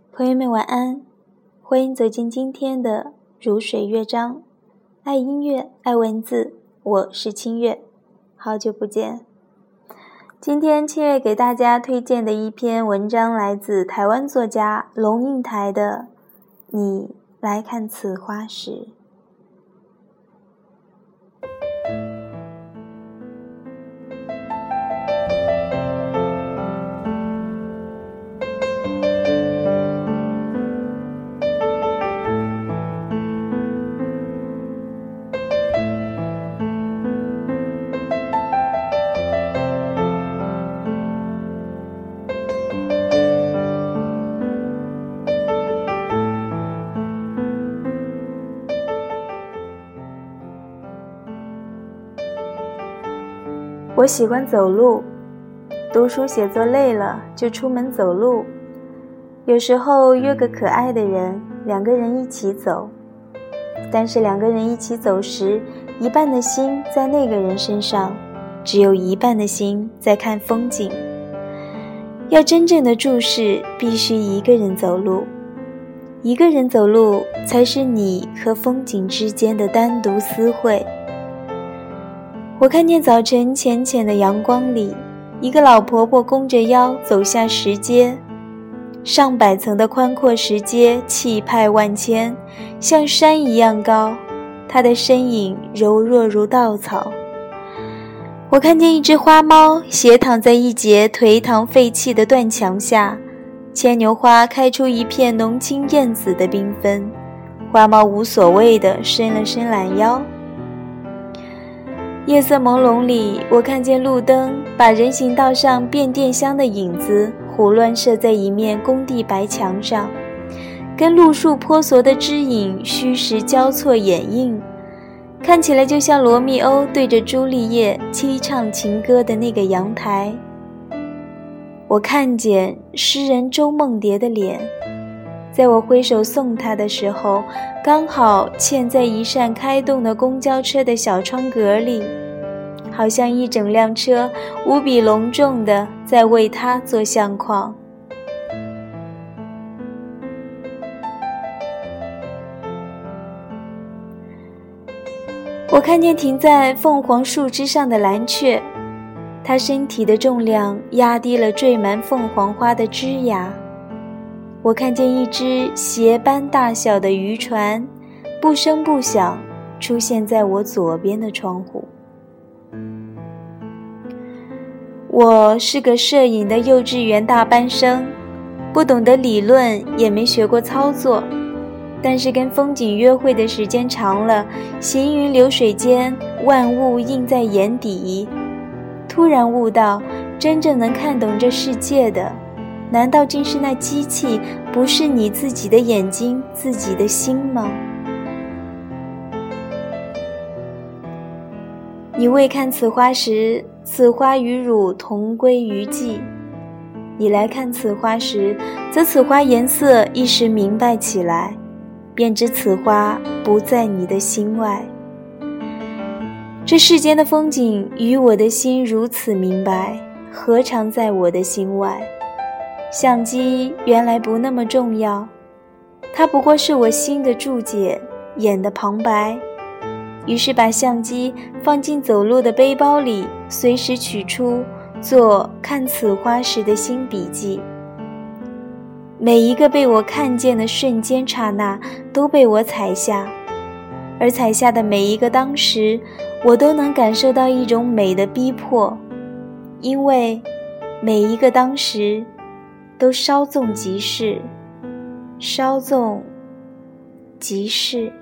朋友们晚安，欢迎走进今天的如水乐章，爱音乐，爱文字，我是清月，好久不见。今天清月给大家推荐的一篇文章来自台湾作家龙应台的《你来看此花时》。我喜欢走路，读书写作累了就出门走路，有时候约个可爱的人，两个人一起走，但是两个人一起走时，一半的心在那个人身上，只有一半的心在看风景。要真正的注视，必须一个人走路，一个人走路才是你和风景之间的单独私会。我看见早晨浅浅的阳光里，一个老婆婆弓着腰走下石阶，上百层的宽阔石阶气派万千，像山一样高，她的身影柔弱如稻草。我看见一只花猫斜躺在一截颓唐废弃的断墙下，牵牛花开出一片浓青艳紫的缤纷，花猫无所谓地伸了伸懒腰。夜色朦胧里，我看见路灯把人行道上变电箱的影子胡乱射在一面工地白墙上，跟路树婆娑的枝影虚实交错掩映，看起来就像罗密欧对着朱丽叶凄唱情歌的那个阳台。我看见诗人周梦蝶的脸，在我挥手送他的时候，刚好嵌在一扇开动的公交车的小窗格里，好像一整辆车无比隆重地在为他做相框。我看见停在凤凰树枝上的蓝雀，它身体的重量压低了缀满凤凰花的枝桠。我看见一只鞋般大小的渔船，不声不响出现在我左边的窗户。我是个摄影的幼稚园大班生，不懂得理论，也没学过操作，但是跟风景约会的时间长了，行云流水间，万物映在眼底，突然悟到，真正能看懂这世界的，难道竟是那机器，不是你自己的眼睛，自己的心吗？你未看此花时，此花与汝同归于尽。你来看此花时，则此花颜色一时明白起来，便知此花不在你的心外。这世间的风景与我的心如此明白，何尝在我的心外？相机原来不那么重要，它不过是我心的注解，眼的旁白。于是把相机放进走路的背包里，随时取出，做看此花时的新笔记。每一个被我看见的瞬间刹那，都被我采下，而采下的每一个当时，我都能感受到一种美的逼迫，因为每一个当时都稍纵即逝，稍纵即逝。